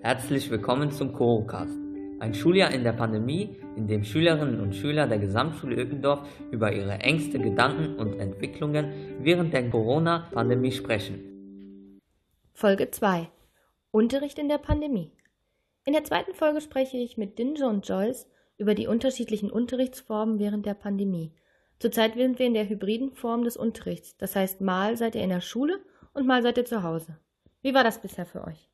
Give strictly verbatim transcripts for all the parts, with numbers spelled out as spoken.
Herzlich willkommen zum Chorocast, ein Schuljahr in der Pandemie, in dem Schülerinnen und Schüler der Gesamtschule Ückendorf über ihre Ängste, Gedanken und Entwicklungen während der Corona-Pandemie sprechen. Folge zwei: Unterricht in der Pandemie. In der zweiten Folge spreche ich mit Dinjo und Joyce über die unterschiedlichen Unterrichtsformen während der Pandemie. Zurzeit sind wir in der hybriden Form des Unterrichts, das heißt, mal seid ihr in der Schule und mal seid ihr zu Hause. Wie war das bisher für euch?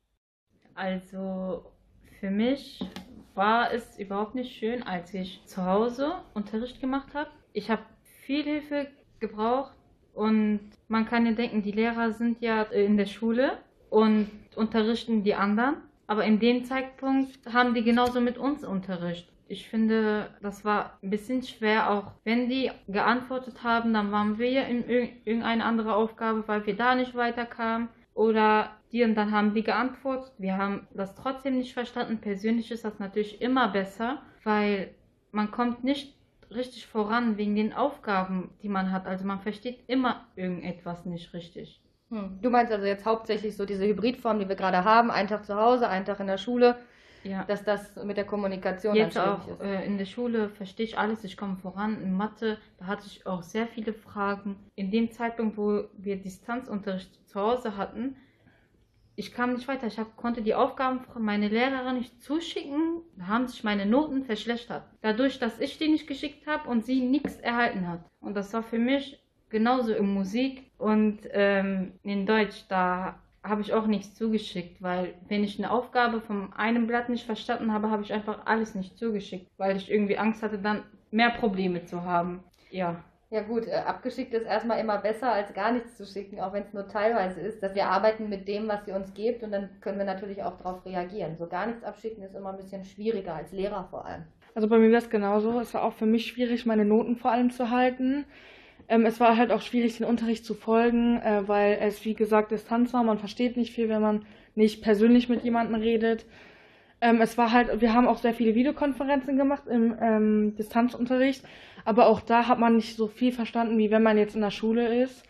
Also für mich war es überhaupt nicht schön, als ich zu Hause Unterricht gemacht habe. Ich habe viel Hilfe gebraucht und man kann ja denken, die Lehrer sind ja in der Schule und unterrichten die anderen. Aber in dem Zeitpunkt haben die genauso mit uns Unterricht. Ich finde, das war ein bisschen schwer, auch wenn die geantwortet haben, dann waren wir in irgendeine andere Aufgabe, weil wir da nicht weiterkamen. Oder die und dann haben die geantwortet. Wir haben das trotzdem nicht verstanden. Persönlich ist das natürlich immer besser, weil man kommt nicht richtig voran wegen den Aufgaben, die man hat. Also man versteht immer irgendetwas nicht richtig. Hm. Du meinst also jetzt hauptsächlich so diese Hybridform, die wir gerade haben, einen Tag zu Hause, einen Tag in der Schule, ja. Dass das mit der Kommunikation jetzt dann auch schwierig ist. Äh, in der Schule verstehe ich alles, ich komme voran. In Mathe, da hatte ich auch sehr viele Fragen. In dem Zeitpunkt, wo wir Distanzunterricht zu Hause hatten, ich kam nicht weiter. Ich hab, konnte die Aufgaben von meiner Lehrerin nicht zuschicken. Da haben sich meine Noten verschlechtert. Dadurch, dass ich die nicht geschickt habe und sie nichts erhalten hat. Und das war für mich genauso in Musik und ähm, in Deutsch. Da habe ich auch nichts zugeschickt, weil wenn ich eine Aufgabe von einem Blatt nicht verstanden habe, habe ich einfach alles nicht zugeschickt, weil ich irgendwie Angst hatte, dann mehr Probleme zu haben. Ja. Ja gut, äh, abgeschickt ist erstmal immer besser, als gar nichts zu schicken, auch wenn es nur teilweise ist, dass wir arbeiten mit dem, was sie uns gibt und dann können wir natürlich auch darauf reagieren. So gar nichts abschicken ist immer ein bisschen schwieriger, als Lehrer vor allem. Also bei mir war es genauso. Es war auch für mich schwierig, meine Noten vor allem zu halten. Ähm, es war halt auch schwierig, den Unterricht zu folgen, äh, weil es, wie gesagt, Distanz war. Man versteht nicht viel, wenn man nicht persönlich mit jemandem redet. Ähm, es war halt, wir haben auch sehr viele Videokonferenzen gemacht im ähm, Distanzunterricht, aber auch da hat man nicht so viel verstanden, wie wenn man jetzt in der Schule ist.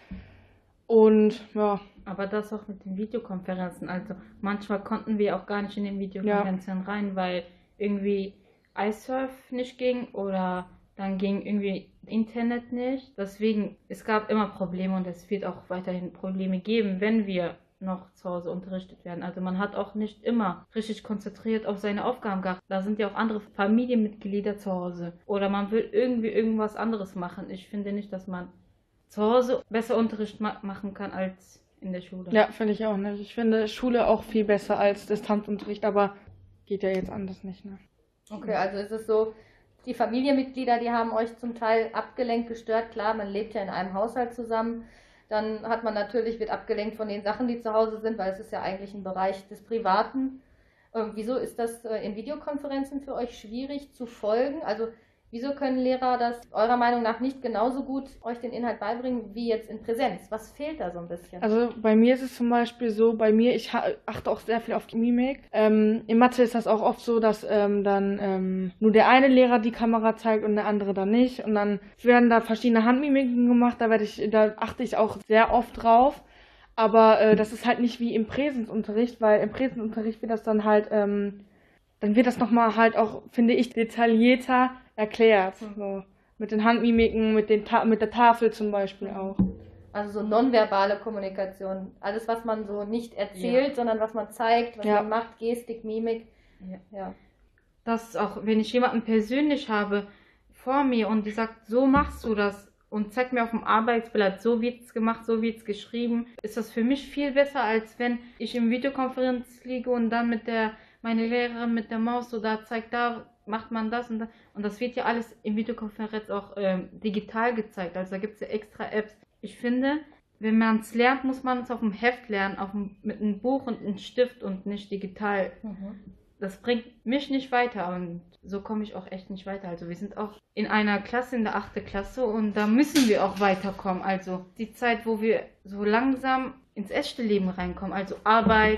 Und ja. Aber das auch mit den Videokonferenzen. Also manchmal konnten wir auch gar nicht in den Videokonferenzen ja. rein, weil irgendwie iSurf nicht ging oder dann ging irgendwie Internet nicht. Deswegen, es gab immer Probleme und es wird auch weiterhin Probleme geben, wenn wir noch zu Hause unterrichtet werden. Also man hat auch nicht immer richtig konzentriert auf seine Aufgaben gehabt. Da sind ja auch andere Familienmitglieder zu Hause. Oder man will irgendwie irgendwas anderes machen. Ich finde nicht, dass man zu Hause besser Unterricht ma- machen kann als in der Schule. Ja, finde ich auch nicht. Ich finde Schule auch viel besser als Distanzunterricht, aber geht ja jetzt anders nicht, ne? Okay, also ist es so, die Familienmitglieder, die haben euch zum Teil abgelenkt, gestört. Klar, man lebt ja in einem Haushalt zusammen. Dann hat man natürlich, wird abgelenkt von den Sachen, die zu Hause sind, weil es ist ja eigentlich ein Bereich des Privaten. Äh, wieso ist das äh, in Videokonferenzen für euch schwierig zu folgen? Also wieso können Lehrer das eurer Meinung nach nicht genauso gut euch den Inhalt beibringen wie jetzt in Präsenz? Was fehlt da so ein bisschen? Also bei mir ist es zum Beispiel so, bei mir, ich ha- achte auch sehr viel auf die Mimik. Ähm, in Mathe ist das auch oft so, dass ähm, dann ähm, nur der eine Lehrer die Kamera zeigt und der andere dann nicht. Und dann werden da verschiedene Handmimiken gemacht, da werde ich, da achte ich auch sehr oft drauf. Aber äh, das ist halt nicht wie im Präsenzunterricht, weil im Präsenzunterricht wird das dann halt, ähm, dann wird das nochmal halt auch, finde ich, detaillierter erklärt. So. Mit den Handmimiken, mit, den Ta- mit der Tafel zum Beispiel auch. Also so nonverbale Kommunikation. Alles, was man so nicht erzählt, ja. sondern was man zeigt, was ja. man macht, Gestik, Mimik. Ja. ja. Das auch, wenn ich jemanden persönlich habe vor mir und die sagt, so machst du das und zeigt mir auf dem Arbeitsblatt, so wird's gemacht, so wird's geschrieben, ist das für mich viel besser, als wenn ich im Videokonferenz liege und dann mit der, meine Lehrerin mit der Maus so da zeigt, da macht man das und das. Und das wird ja alles in Videokonferenz auch ähm, digital gezeigt. Also da gibt es ja extra Apps. Ich finde, wenn man es lernt, muss man es auf dem Heft lernen, auf dem, mit einem Buch und einem Stift und nicht digital. Mhm. Das bringt mich nicht weiter und so komme ich auch echt nicht weiter. Also wir sind auch in einer Klasse, in der achten Klasse und da müssen wir auch weiterkommen. Also die Zeit, wo wir so langsam ins echte Leben reinkommen, also Arbeit,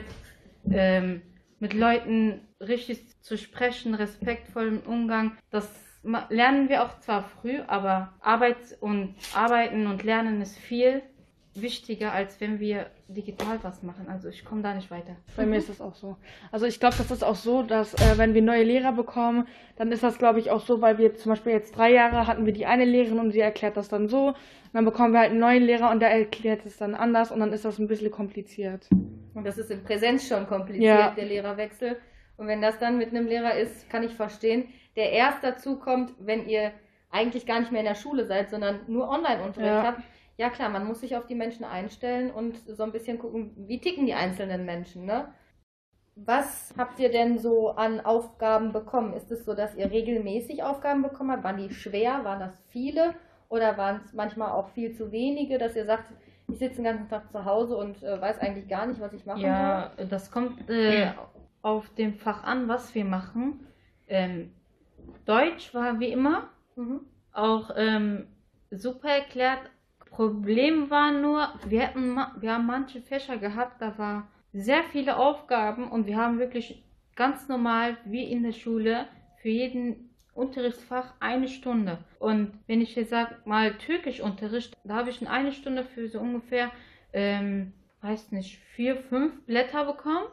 ähm, mit Leuten richtig zu sprechen, respektvollen Umgang, das lernen wir auch zwar früh, aber Arbeit und Arbeiten und Lernen ist viel wichtiger, als wenn wir digital was machen. Also ich komme da nicht weiter. Bei mir ist das auch so. Also ich glaube, das ist auch so, dass äh, wenn wir neue Lehrer bekommen, dann ist das, glaube ich, auch so, weil wir zum Beispiel jetzt drei Jahre hatten wir die eine Lehrerin und sie erklärt das dann so. Und dann bekommen wir halt einen neuen Lehrer und der erklärt es dann anders und dann ist das ein bisschen kompliziert. Und das ist in Präsenz schon kompliziert, Ja. der Lehrerwechsel. Und wenn das dann mit einem Lehrer ist, kann ich verstehen, der erst dazu kommt, wenn ihr eigentlich gar nicht mehr in der Schule seid, sondern nur Online-Unterricht Ja. habt. Ja klar, man muss sich auf die Menschen einstellen und so ein bisschen gucken, wie ticken die einzelnen Menschen, ne? Was habt ihr denn so an Aufgaben bekommen? Ist es so, dass ihr regelmäßig Aufgaben bekommen habt? Waren die schwer? Waren das viele? Oder waren es manchmal auch viel zu wenige, dass ihr sagt, ich sitze den ganzen Tag zu Hause und äh, weiß eigentlich gar nicht, was ich machen Ja, soll? das kommt äh, auf dem Fach an, was wir machen. Ähm, Deutsch war wie immer Mhm. auch ähm, super erklärt. Problem war nur, wir hatten, ma- wir haben manche Fächer gehabt, da war sehr viele Aufgaben und wir haben wirklich ganz normal wie in der Schule für jeden Unterrichtsfach eine Stunde. Und wenn ich jetzt sag mal Türkischunterricht, da habe ich in eine Stunde für so ungefähr, ähm, weiß nicht, vier, fünf Blätter bekommen.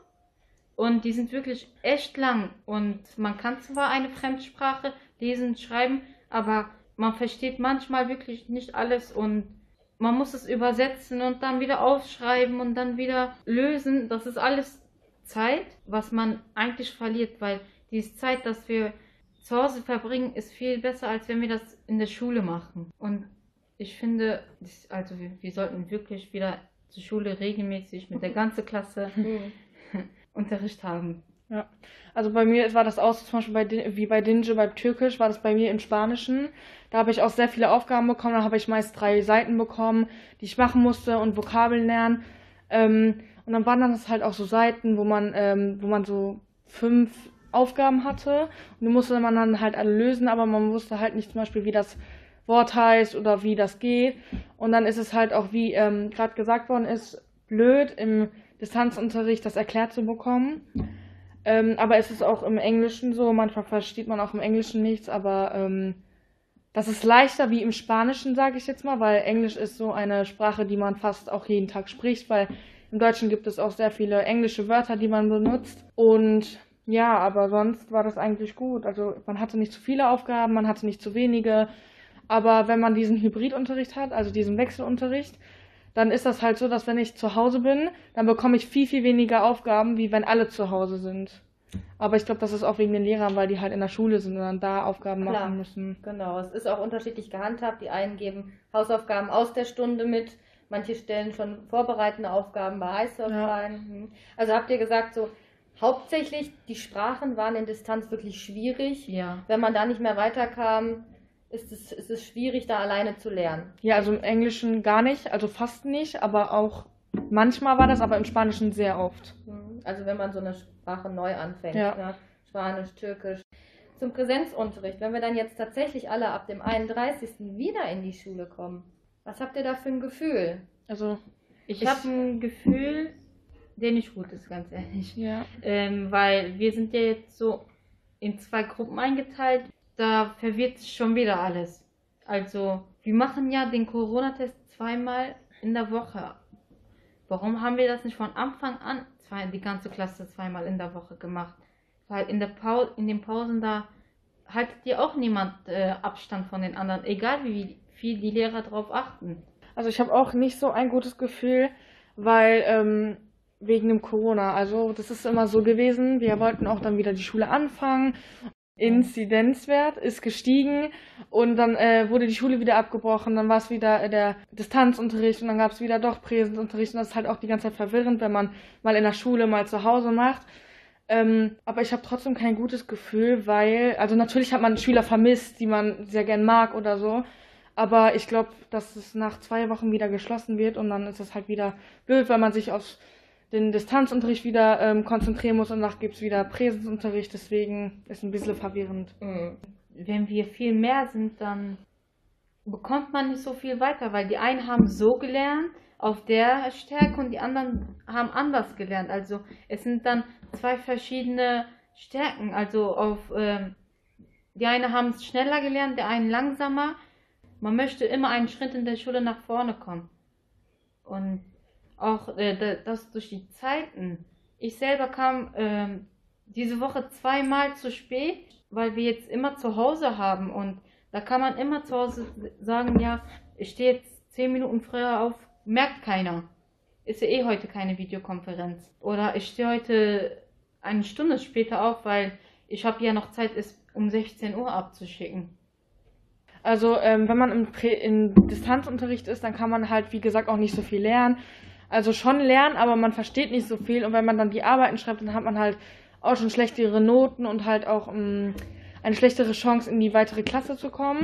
Und die sind wirklich echt lang. Und man kann zwar eine Fremdsprache lesen, schreiben, aber man versteht manchmal wirklich nicht alles und man muss es übersetzen und dann wieder aufschreiben und dann wieder lösen. Das ist alles Zeit, was man eigentlich verliert, weil die Zeit, dass wir zu Hause verbringen, ist viel besser, als wenn wir das in der Schule machen. Und ich finde, das- also wir, wir sollten wirklich wieder zur Schule regelmäßig mit der ganzen Klasse Mhm. Unterricht haben. Ja, also bei mir war das auch so, zum Beispiel bei, Din- wie bei Dinge, bei Türkisch, war das bei mir im Spanischen. Da habe ich auch sehr viele Aufgaben bekommen, da habe ich meist drei Seiten bekommen, die ich machen musste und Vokabeln lernen. Ähm, und dann waren dann das halt auch so Seiten, wo man, ähm, wo man so fünf Aufgaben hatte und die musste man dann halt alle lösen, aber man wusste halt nicht zum Beispiel, wie das Wort heißt oder wie das geht. Und dann ist es halt auch, wie ähm, gerade gesagt worden ist, blöd im Distanzunterricht das erklärt zu bekommen. Ähm, aber es ist auch im Englischen so, manchmal versteht man auch im Englischen nichts, aber ähm, das ist leichter wie im Spanischen, sage ich jetzt mal, weil Englisch ist so eine Sprache, die man fast auch jeden Tag spricht, weil im Deutschen gibt es auch sehr viele englische Wörter, die man benutzt. Und ja, aber sonst war das eigentlich gut. Also man hatte nicht zu viele Aufgaben, man hatte nicht zu wenige. Aber wenn man diesen Hybridunterricht hat, also diesen Wechselunterricht, dann ist das halt so, dass wenn ich zu Hause bin, dann bekomme ich viel, viel weniger Aufgaben, wie wenn alle zu Hause sind. Aber ich glaube, das ist auch wegen den Lehrern, weil die halt in der Schule sind und dann da Aufgaben Klar. machen müssen. Genau, es ist auch unterschiedlich gehandhabt. Die einen geben Hausaufgaben aus der Stunde mit, manche stellen schon vorbereitende Aufgaben bei iSurf Ja. rein. Mhm. Also habt ihr gesagt, so hauptsächlich die Sprachen waren in Distanz wirklich schwierig. Ja. Wenn man da nicht mehr weiterkam, ist es, ist es schwierig, da alleine zu lernen. Ja, also im Englischen gar nicht, also fast nicht, aber auch manchmal war das, aber im Spanischen sehr oft. Mhm. Also wenn man so eine Sprache neu anfängt, Ja. ne? Spanisch, Türkisch. Zum Präsenzunterricht, wenn wir dann jetzt tatsächlich alle ab dem einunddreißigsten wieder in die Schule kommen, was habt ihr da für ein Gefühl? Also, Ich Ich- habe ein Gefühl, der nicht gut ist, ganz ehrlich. ja. Ähm, weil wir sind ja jetzt so in zwei Gruppen eingeteilt, da verwirrt sich schon wieder alles. Also, wir machen ja den Corona-Test zweimal in der Woche. Warum haben wir das nicht von Anfang an zwei, die ganze Klasse zweimal in der Woche gemacht? Weil in, der Pau in den Pausen da haltet ja auch niemand äh, Abstand von den anderen, egal wie viel die Lehrer drauf achten. Also ich habe auch nicht so ein gutes Gefühl, weil ähm, wegen dem Corona, also das ist immer so gewesen, wir wollten auch dann wieder die Schule anfangen. Inzidenzwert ist gestiegen und dann äh, wurde die Schule wieder abgebrochen, dann war es wieder äh, der Distanzunterricht und dann gab es wieder doch Präsenzunterricht und das ist halt auch die ganze Zeit verwirrend, wenn man mal in der Schule, mal zu Hause macht. Ähm, aber ich habe trotzdem kein gutes Gefühl, weil, also natürlich hat man Schüler vermisst, die man sehr gern mag oder so, aber ich glaube, dass es nach zwei Wochen wieder geschlossen wird und dann ist es halt wieder blöd, weil man sich auf den Distanzunterricht wieder ähm, konzentrieren muss und danach gibt es wieder Präsenzunterricht, deswegen ist ein bisschen verwirrend. Mhm. Wenn wir viel mehr sind, dann bekommt man nicht so viel weiter, weil die einen haben so gelernt auf der Stärke und die anderen haben anders gelernt. Also es sind dann zwei verschiedene Stärken. Also auf ähm, die einen haben es schneller gelernt, der einen langsamer. Man möchte immer einen Schritt in der Schule nach vorne kommen. Und auch äh, das durch die Zeiten. Ich selber kam äh, diese Woche zweimal zu spät, weil wir jetzt immer zu Hause haben. Und da kann man immer zu Hause sagen, ja, ich stehe jetzt zehn Minuten früher auf, merkt keiner. Ist ja eh heute keine Videokonferenz. Oder ich stehe heute eine Stunde später auf, weil ich habe ja noch Zeit, es um sechzehn Uhr abzuschicken. Also ähm, wenn man im, Prä im Distanzunterricht ist, dann kann man halt, wie gesagt, auch nicht so viel lernen. Also schon lernen, aber man versteht nicht so viel. Und wenn man dann die Arbeiten schreibt, dann hat man halt auch schon schlechtere Noten und halt auch ähm, eine schlechtere Chance, in die weitere Klasse zu kommen.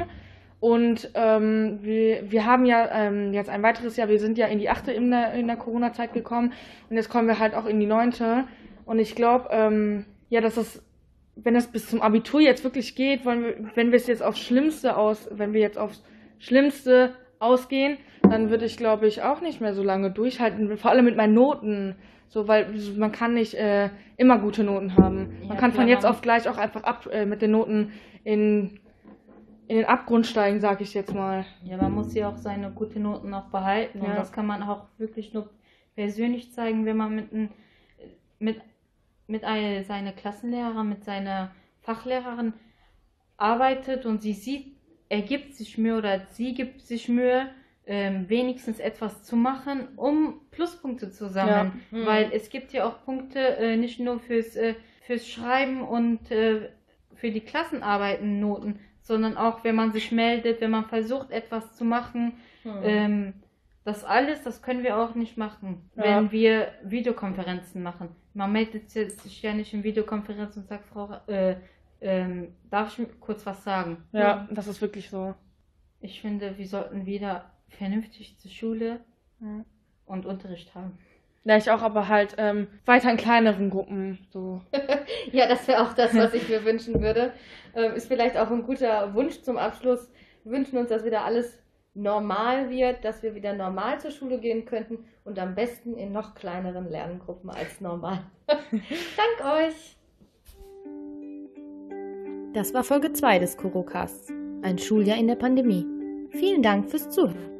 Und ähm, wir, wir haben ja ähm, jetzt ein weiteres Jahr, wir sind ja in die achte in der, in der Corona-Zeit gekommen und jetzt kommen wir halt auch in die neunte. Und ich glaube, ähm, ja, dass es, wenn es bis zum Abitur jetzt wirklich geht, wollen wir, wenn wir es jetzt aufs Schlimmste aus, wenn wir jetzt aufs Schlimmste ausgehen, dann würde ich, glaube ich, auch nicht mehr so lange durchhalten, vor allem mit meinen Noten. So, weil man kann nicht äh, immer gute Noten haben. Man Ja, kann klar, von jetzt man- auf gleich auch einfach ab äh, mit den Noten in, in den Abgrund steigen, sag ich jetzt mal. Ja, man muss ja auch seine guten Noten noch behalten. Und Ja. das kann man auch wirklich nur persönlich zeigen, wenn man mit, ein, mit, mit einer, seiner Klassenlehrer, mit seiner Fachlehrerin arbeitet und sie sieht, er gibt sich Mühe oder sie gibt sich Mühe, ähm, wenigstens etwas zu machen, um Pluspunkte zu sammeln. Ja. Mhm. Weil es gibt ja auch Punkte, äh, nicht nur fürs, äh, fürs Schreiben und äh, für die Klassenarbeiten Noten, sondern auch, wenn man sich meldet, wenn man versucht, etwas zu machen. Hm. Ähm, das alles, das können wir auch nicht machen, Ja. wenn wir Videokonferenzen machen. Man meldet sich ja nicht in Videokonferenz und sagt, Frau, äh, ähm, darf ich kurz was sagen? Ja, das ist wirklich so. Ich finde, wir sollten wieder vernünftig zur Schule Ja. und Unterricht haben. Ja, ich auch, aber halt ähm, weiter in kleineren Gruppen. So. Ja, das wäre auch das, was ich mir wünschen würde. Ähm, ist vielleicht auch ein guter Wunsch zum Abschluss. Wir wünschen uns, dass wieder alles normal wird, dass wir wieder normal zur Schule gehen könnten und am besten in noch kleineren Lerngruppen als normal. Dank euch! Das war Folge zwei des Korocasts, ein Schuljahr in der Pandemie. Vielen Dank fürs Zuhören.